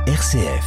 RCF.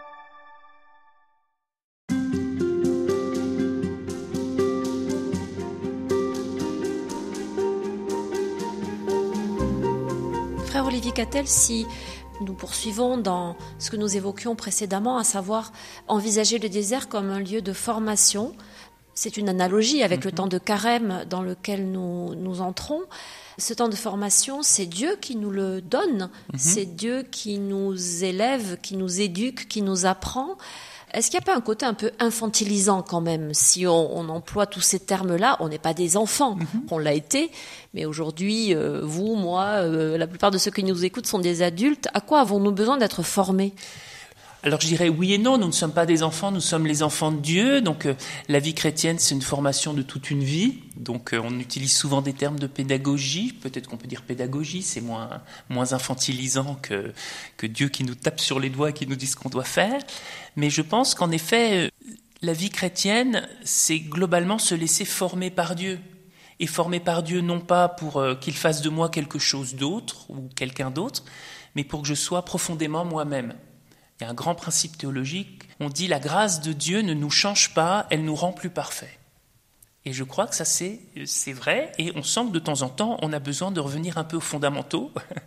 Frère Olivier Cattel, si nous poursuivons dans ce que nous évoquions précédemment, à savoir envisager le désert comme un lieu de formation, c'est une analogie avec le temps de carême dans lequel nous entrons. Ce temps de formation, c'est Dieu qui nous le donne, c'est Dieu qui nous élève, qui nous éduque, qui nous apprend. Est-ce qu'il n'y a pas un côté un peu infantilisant quand même, si on emploie tous ces termes-là? On n'est pas des enfants, on l'a été, mais aujourd'hui, vous, moi, la plupart de ceux qui nous écoutent sont des adultes. À quoi avons-nous besoin d'être formés ? Alors je dirais oui et non, nous ne sommes pas des enfants, nous sommes les enfants de Dieu, donc la vie chrétienne c'est une formation de toute une vie, donc on utilise souvent des termes de pédagogie, peut-être qu'on peut dire pédagogie, c'est moins infantilisant que Dieu qui nous tape sur les doigts et qui nous dit ce qu'on doit faire, mais je pense qu'en effet la vie chrétienne c'est globalement se laisser former par Dieu, et former par Dieu non pas pour qu'il fasse de moi quelque chose d'autre ou quelqu'un d'autre, mais pour que je sois profondément moi-même. Il y a un grand principe théologique, on dit la grâce de Dieu ne nous change pas, elle nous rend plus parfaits. Et je crois que ça c'est vrai, et on sent que de temps en temps on a besoin de revenir un peu aux fondamentaux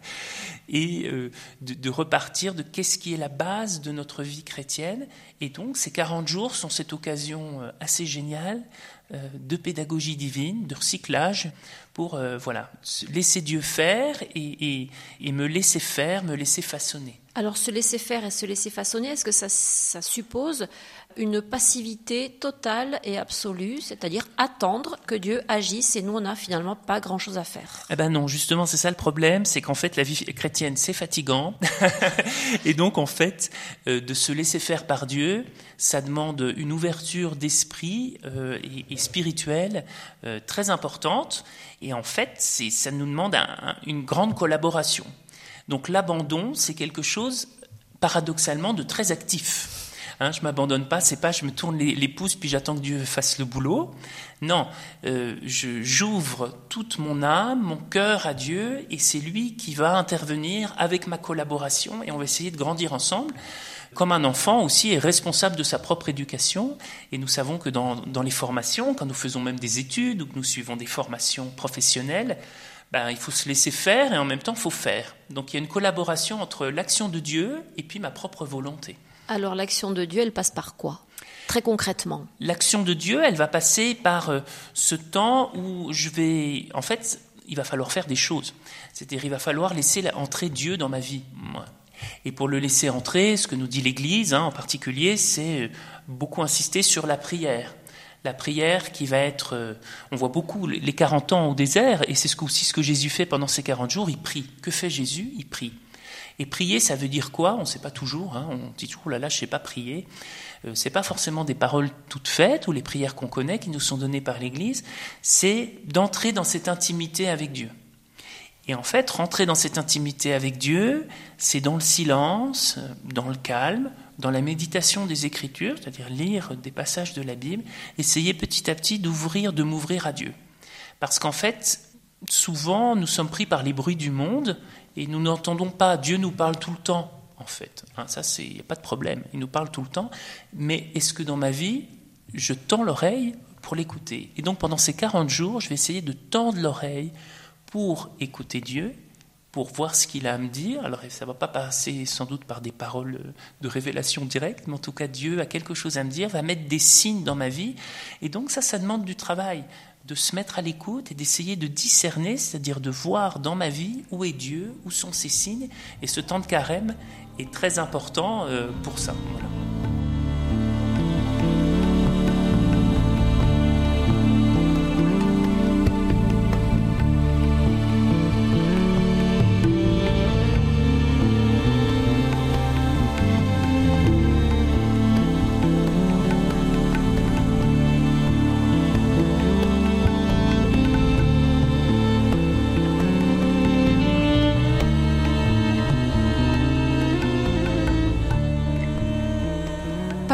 et de repartir de qu'est-ce qui est la base de notre vie chrétienne. Et donc ces 40 jours sont cette occasion assez géniale de pédagogie divine, de recyclage, pour laisser Dieu faire et me laisser faire, me laisser façonner. Alors se laisser faire et se laisser façonner, est-ce que ça suppose une passivité totale et absolue, c'est-à-dire attendre que Dieu agisse et nous on n'a finalement pas grand-chose à faire? Eh ben non, justement c'est ça le problème, c'est qu'en fait la vie chrétienne c'est fatigant et donc en fait de se laisser faire par Dieu, ça demande une ouverture d'esprit et spirituelle très importante et en fait ça nous demande une grande collaboration. Donc l'abandon, c'est quelque chose, paradoxalement, de très actif. Je m'abandonne pas, c'est pas je me tourne les pouces puis j'attends que Dieu fasse le boulot. Non, j'ouvre toute mon âme, mon cœur à Dieu et c'est lui qui va intervenir avec ma collaboration et on va essayer de grandir ensemble. Comme un enfant aussi est responsable de sa propre éducation et nous savons que dans les formations, quand nous faisons même des études ou que nous suivons des formations professionnelles, il faut se laisser faire et en même temps il faut faire. Donc il y a une collaboration entre l'action de Dieu et puis ma propre volonté. Alors l'action de Dieu, elle passe par quoi ? Très concrètement. L'action de Dieu, elle va passer par ce temps où en fait, il va falloir faire des choses. C'est-à-dire il va falloir laisser entrer Dieu dans ma vie. Et pour le laisser entrer, ce que nous dit l'Église en particulier, c'est beaucoup insister sur la prière. La prière qui va être, on voit beaucoup les 40 ans au désert, et c'est aussi ce que Jésus fait pendant ces 40 jours, il prie. Que fait Jésus ? Il prie. Et prier, ça veut dire quoi ? On ne sait pas toujours, on dit toujours, oh là là, je ne sais pas prier. C'est pas forcément des paroles toutes faites, ou les prières qu'on connaît, qui nous sont données par l'Église, c'est d'entrer dans cette intimité avec Dieu. Et en fait, rentrer dans cette intimité avec Dieu, c'est dans le silence, dans le calme, dans la méditation des Écritures, c'est-à-dire lire des passages de la Bible, essayer petit à petit de m'ouvrir à Dieu. Parce qu'en fait, souvent, nous sommes pris par les bruits du monde et nous n'entendons pas. Dieu nous parle tout le temps, en fait. Ça, il n'y a pas de problème. Il nous parle tout le temps. Mais est-ce que dans ma vie, je tends l'oreille pour l'écouter ? Et donc, pendant ces 40 jours, je vais essayer de tendre l'oreille pour écouter Dieu, pour voir ce qu'il a à me dire. Alors ça ne va pas passer sans doute par des paroles de révélation directe, mais en tout cas Dieu a quelque chose à me dire, va mettre des signes dans ma vie. Et donc ça demande du travail, de se mettre à l'écoute et d'essayer de discerner, c'est-à-dire de voir dans ma vie où est Dieu, où sont ses signes. Et ce temps de carême est très important pour ça. Voilà.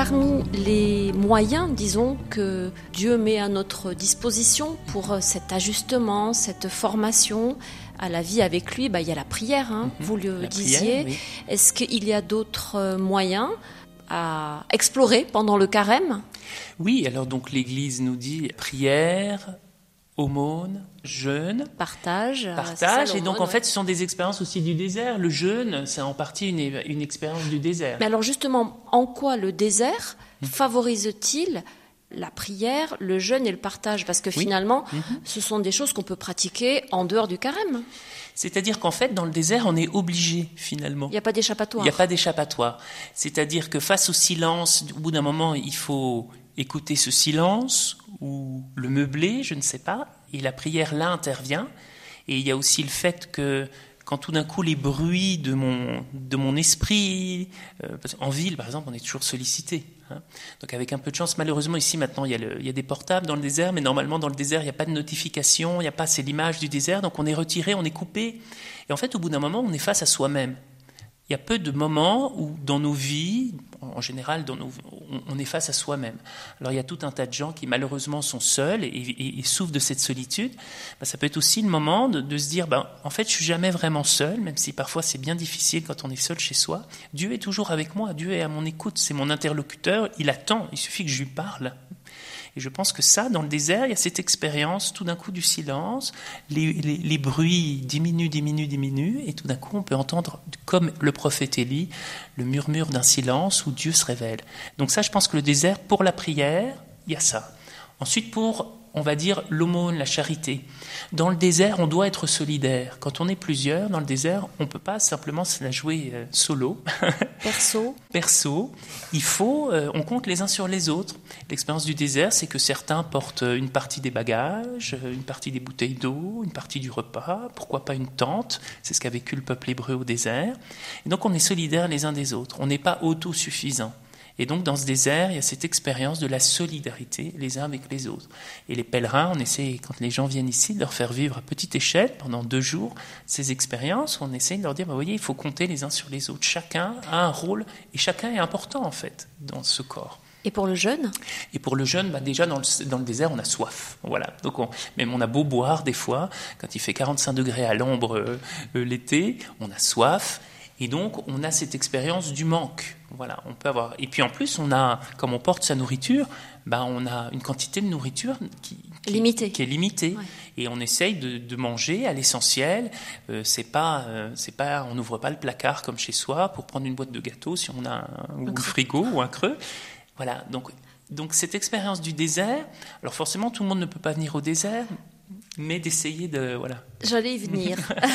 parmi les moyens, disons, que Dieu met à notre disposition pour cet ajustement, cette formation à la vie avec lui, il y a la prière, vous le disiez. Prière, oui. Est-ce qu'il y a d'autres moyens à explorer pendant le carême? Oui, alors donc l'Église nous dit prière, aumône, jeûne, Partage. et donc en fait ce sont des expériences aussi du désert. Le jeûne, c'est en partie une expérience du désert. Mais alors justement, en quoi le désert favorise-t-il la prière, le jeûne et le partage? Parce que finalement, ce sont des choses qu'on peut pratiquer en dehors du carême. C'est-à-dire qu'en fait, dans le désert, on est obligé, finalement. Il n'y a pas d'échappatoire. Il n'y a pas d'échappatoire. C'est-à-dire que face au silence, au bout d'un moment, il faut écouter ce silence ou le meubler, je ne sais pas. Et la prière, là, intervient. Et il y a aussi le fait que quand tout d'un coup les bruits de mon esprit, en ville par exemple, on est toujours sollicité. Donc avec un peu de chance, malheureusement ici maintenant il y a des portables dans le désert, mais normalement dans le désert il n'y a pas de notification, il n'y a pas, c'est l'image du désert, donc on est retiré, on est coupé. Et en fait au bout d'un moment on est face à soi-même. Il y a peu de moments où dans nos vies, en général, on est face à soi-même. Alors il y a tout un tas de gens qui malheureusement sont seuls et souffrent de cette solitude. Ça peut être aussi le moment de se dire, en fait je suis jamais vraiment seul, même si parfois c'est bien difficile quand on est seul chez soi. Dieu est toujours avec moi, Dieu est à mon écoute, c'est mon interlocuteur, il attend, il suffit que je lui parle. Et je pense que ça, dans le désert, il y a cette expérience tout d'un coup du silence, les bruits diminuent, et tout d'un coup on peut entendre, comme le prophète Élie, le murmure d'un silence où Dieu se révèle. Donc ça, je pense que le désert, pour la prière, il y a ça. Ensuite, pour, on va dire, l'aumône, la charité. Dans le désert, on doit être solidaire. Quand on est plusieurs, dans le désert, on ne peut pas simplement se la jouer solo. Perso. Il faut, on compte les uns sur les autres. L'expérience du désert, c'est que certains portent une partie des bagages, une partie des bouteilles d'eau, une partie du repas, pourquoi pas une tente. C'est ce qu'a vécu le peuple hébreu au désert. Et donc, on est solidaires les uns des autres. On n'est pas autosuffisants. Et donc, dans ce désert, il y a cette expérience de la solidarité les uns avec les autres. Et les pèlerins, on essaie, quand les gens viennent ici, de leur faire vivre à petite échelle, pendant 2 jours, ces expériences. On essaie de leur dire, vous voyez, il faut compter les uns sur les autres. Chacun a un rôle, et chacun est important, en fait, dans ce corps. Et pour le jeûne ? Et pour le jeûne, déjà, dans le désert, on a soif. Voilà. Donc, même on a beau boire, des fois, quand il fait 45 degrés à l'ombre l'été, on a soif. Et donc, on a cette expérience du manque. Voilà, on peut avoir. Et puis en plus, comme on porte sa nourriture, on a une quantité de nourriture qui est limitée. Ouais. Et on essaye de manger à l'essentiel. C'est pas, on n'ouvre pas le placard comme chez soi pour prendre une boîte de gâteaux si on a un frigo ou un creux. Voilà. Donc cette expérience du désert. Alors forcément, tout le monde ne peut pas venir au désert. Mais d'essayer de... Voilà. J'allais y venir.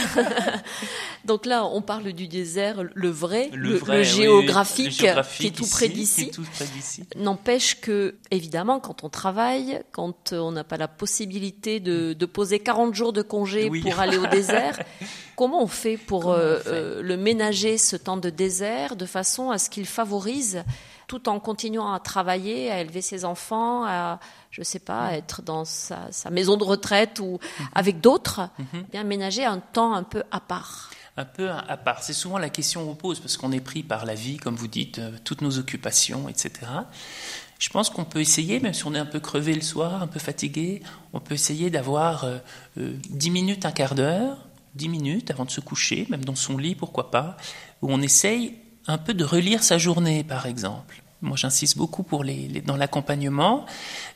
Donc là, on parle du désert, le vrai, le géographique, qui est tout près d'ici. N'empêche que, évidemment, quand on travaille, quand on n'a pas la possibilité de poser 40 jours de congé pour aller au désert, comment on fait pour le ménager, ce temps de désert, de façon à ce qu'il favorise, tout en continuant à travailler, à élever ses enfants, à, je sais pas, être dans sa maison de retraite ou avec d'autres, bien ménager un temps un peu à part. Un peu à part. C'est souvent la question qu'on pose parce qu'on est pris par la vie, comme vous dites, toutes nos occupations, etc. Je pense qu'on peut essayer, même si on est un peu crevé le soir, un peu fatigué, on peut essayer d'avoir 10 minutes, un quart d'heure, 10 minutes avant de se coucher, même dans son lit, pourquoi pas, où on essaye un peu de relire sa journée, par exemple. Moi, j'insiste beaucoup dans l'accompagnement.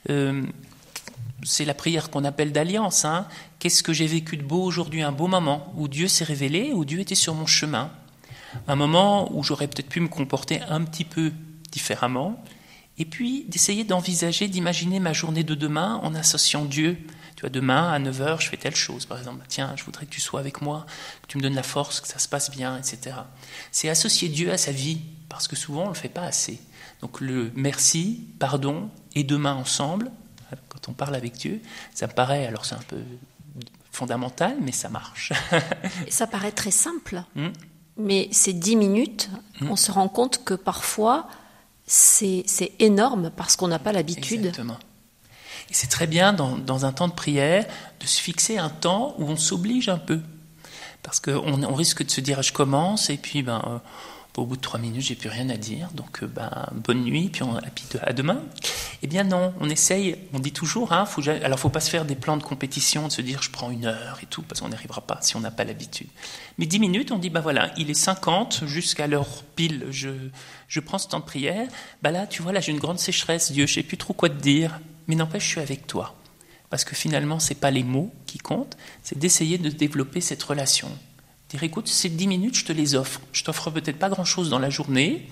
C'est la prière qu'on appelle d'alliance. Qu'est-ce que j'ai vécu de beau aujourd'hui, un beau moment où Dieu s'est révélé, où Dieu était sur mon chemin. Un moment où j'aurais peut-être pu me comporter un petit peu différemment. Et puis, d'essayer d'envisager, d'imaginer ma journée de demain en associant Dieu. Tu vois, demain, à 9h, je fais telle chose, par exemple. Tiens, je voudrais que tu sois avec moi, que tu me donnes la force, que ça se passe bien, etc. C'est associer Dieu à sa vie, parce que souvent, on ne le fait pas assez. Donc, le merci, pardon et demain ensemble, quand on parle avec Dieu, ça me paraît, alors c'est un peu fondamental, mais ça marche. Ça paraît très simple, mais ces 10 minutes, on se rend compte que parfois, c'est énorme parce qu'on n'a pas l'habitude. Exactement. Et c'est très bien, dans un temps de prière, de se fixer un temps où on s'oblige un peu. Parce qu'on risque de se dire, je commence, et puis Au bout de 3 minutes, j'ai plus rien à dire, donc bonne nuit, puis à demain. Eh bien non, on essaye, on dit toujours, alors faut pas se faire des plans de compétition, de se dire je prends 1 heure et tout, parce qu'on n'y arrivera pas si on n'a pas l'habitude. Mais 10 minutes, on dit voilà, il est 50, jusqu'à l'heure pile, je prends ce temps de prière. Là, tu vois, là j'ai une grande sécheresse, Dieu, je sais plus trop quoi te dire, mais n'empêche, je suis avec toi. Parce que finalement, c'est pas les mots qui comptent, c'est d'essayer de développer cette relation. Dire, écoute, ces 10 minutes, je te les offre. Je t'offre peut-être pas grand-chose dans la journée.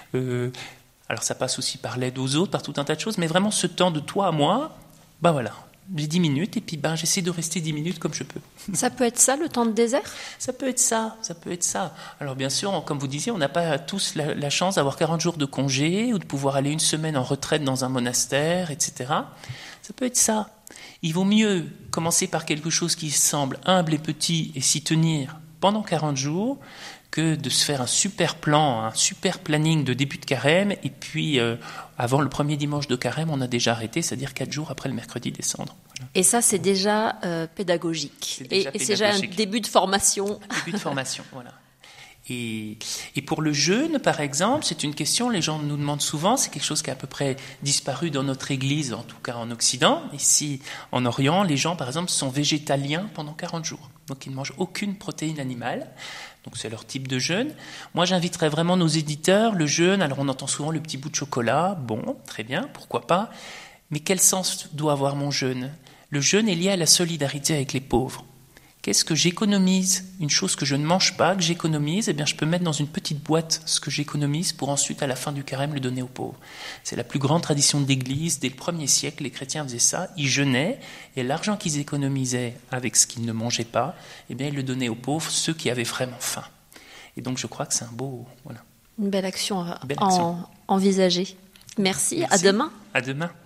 Alors ça passe aussi par l'aide aux autres, par tout un tas de choses, mais vraiment ce temps de toi à moi, voilà, j'ai 10 minutes et puis j'essaie de rester 10 minutes comme je peux. Ça peut être ça, le temps de désert ? Ça peut être ça. Alors bien sûr, comme vous disiez, on n'a pas tous la chance d'avoir 40 jours de congé ou de pouvoir aller 1 semaine en retraite dans un monastère, etc. Ça peut être ça. Il vaut mieux commencer par quelque chose qui semble humble et petit et s'y tenir pendant 40 jours que de se faire un super plan, un super planning de début de carême et puis avant le premier dimanche de carême, on a déjà arrêté, c'est-à-dire 4 jours après le mercredi des cendres. Voilà. Et ça, c'est déjà pédagogique. Et c'est déjà un début de formation. Début de formation, voilà. Et pour le jeûne, par exemple, c'est une question, les gens nous demandent souvent, c'est quelque chose qui a à peu près disparu dans notre Église, en tout cas en Occident. Ici, en Orient, les gens, par exemple, sont végétaliens pendant 40 jours. Donc, ils ne mangent aucune protéine animale. Donc, c'est leur type de jeûne. Moi, j'inviterais vraiment nos éditeurs, le jeûne, alors on entend souvent le petit bout de chocolat. Bon, très bien, pourquoi pas. Mais quel sens doit avoir mon jeûne ? Le jeûne est lié à la solidarité avec les pauvres. Qu'est-ce que j'économise ? Une chose que je ne mange pas, que j'économise, je peux mettre dans une petite boîte ce que j'économise pour ensuite, à la fin du carême, le donner aux pauvres. C'est la plus grande tradition de l'Église. Dès le 1er siècle, les chrétiens faisaient ça. Ils jeûnaient et l'argent qu'ils économisaient avec ce qu'ils ne mangeaient pas, ils le donnaient aux pauvres, ceux qui avaient vraiment faim. Et donc, je crois que c'est un beau... Voilà. Une belle action à envisager. Merci. À demain. À demain.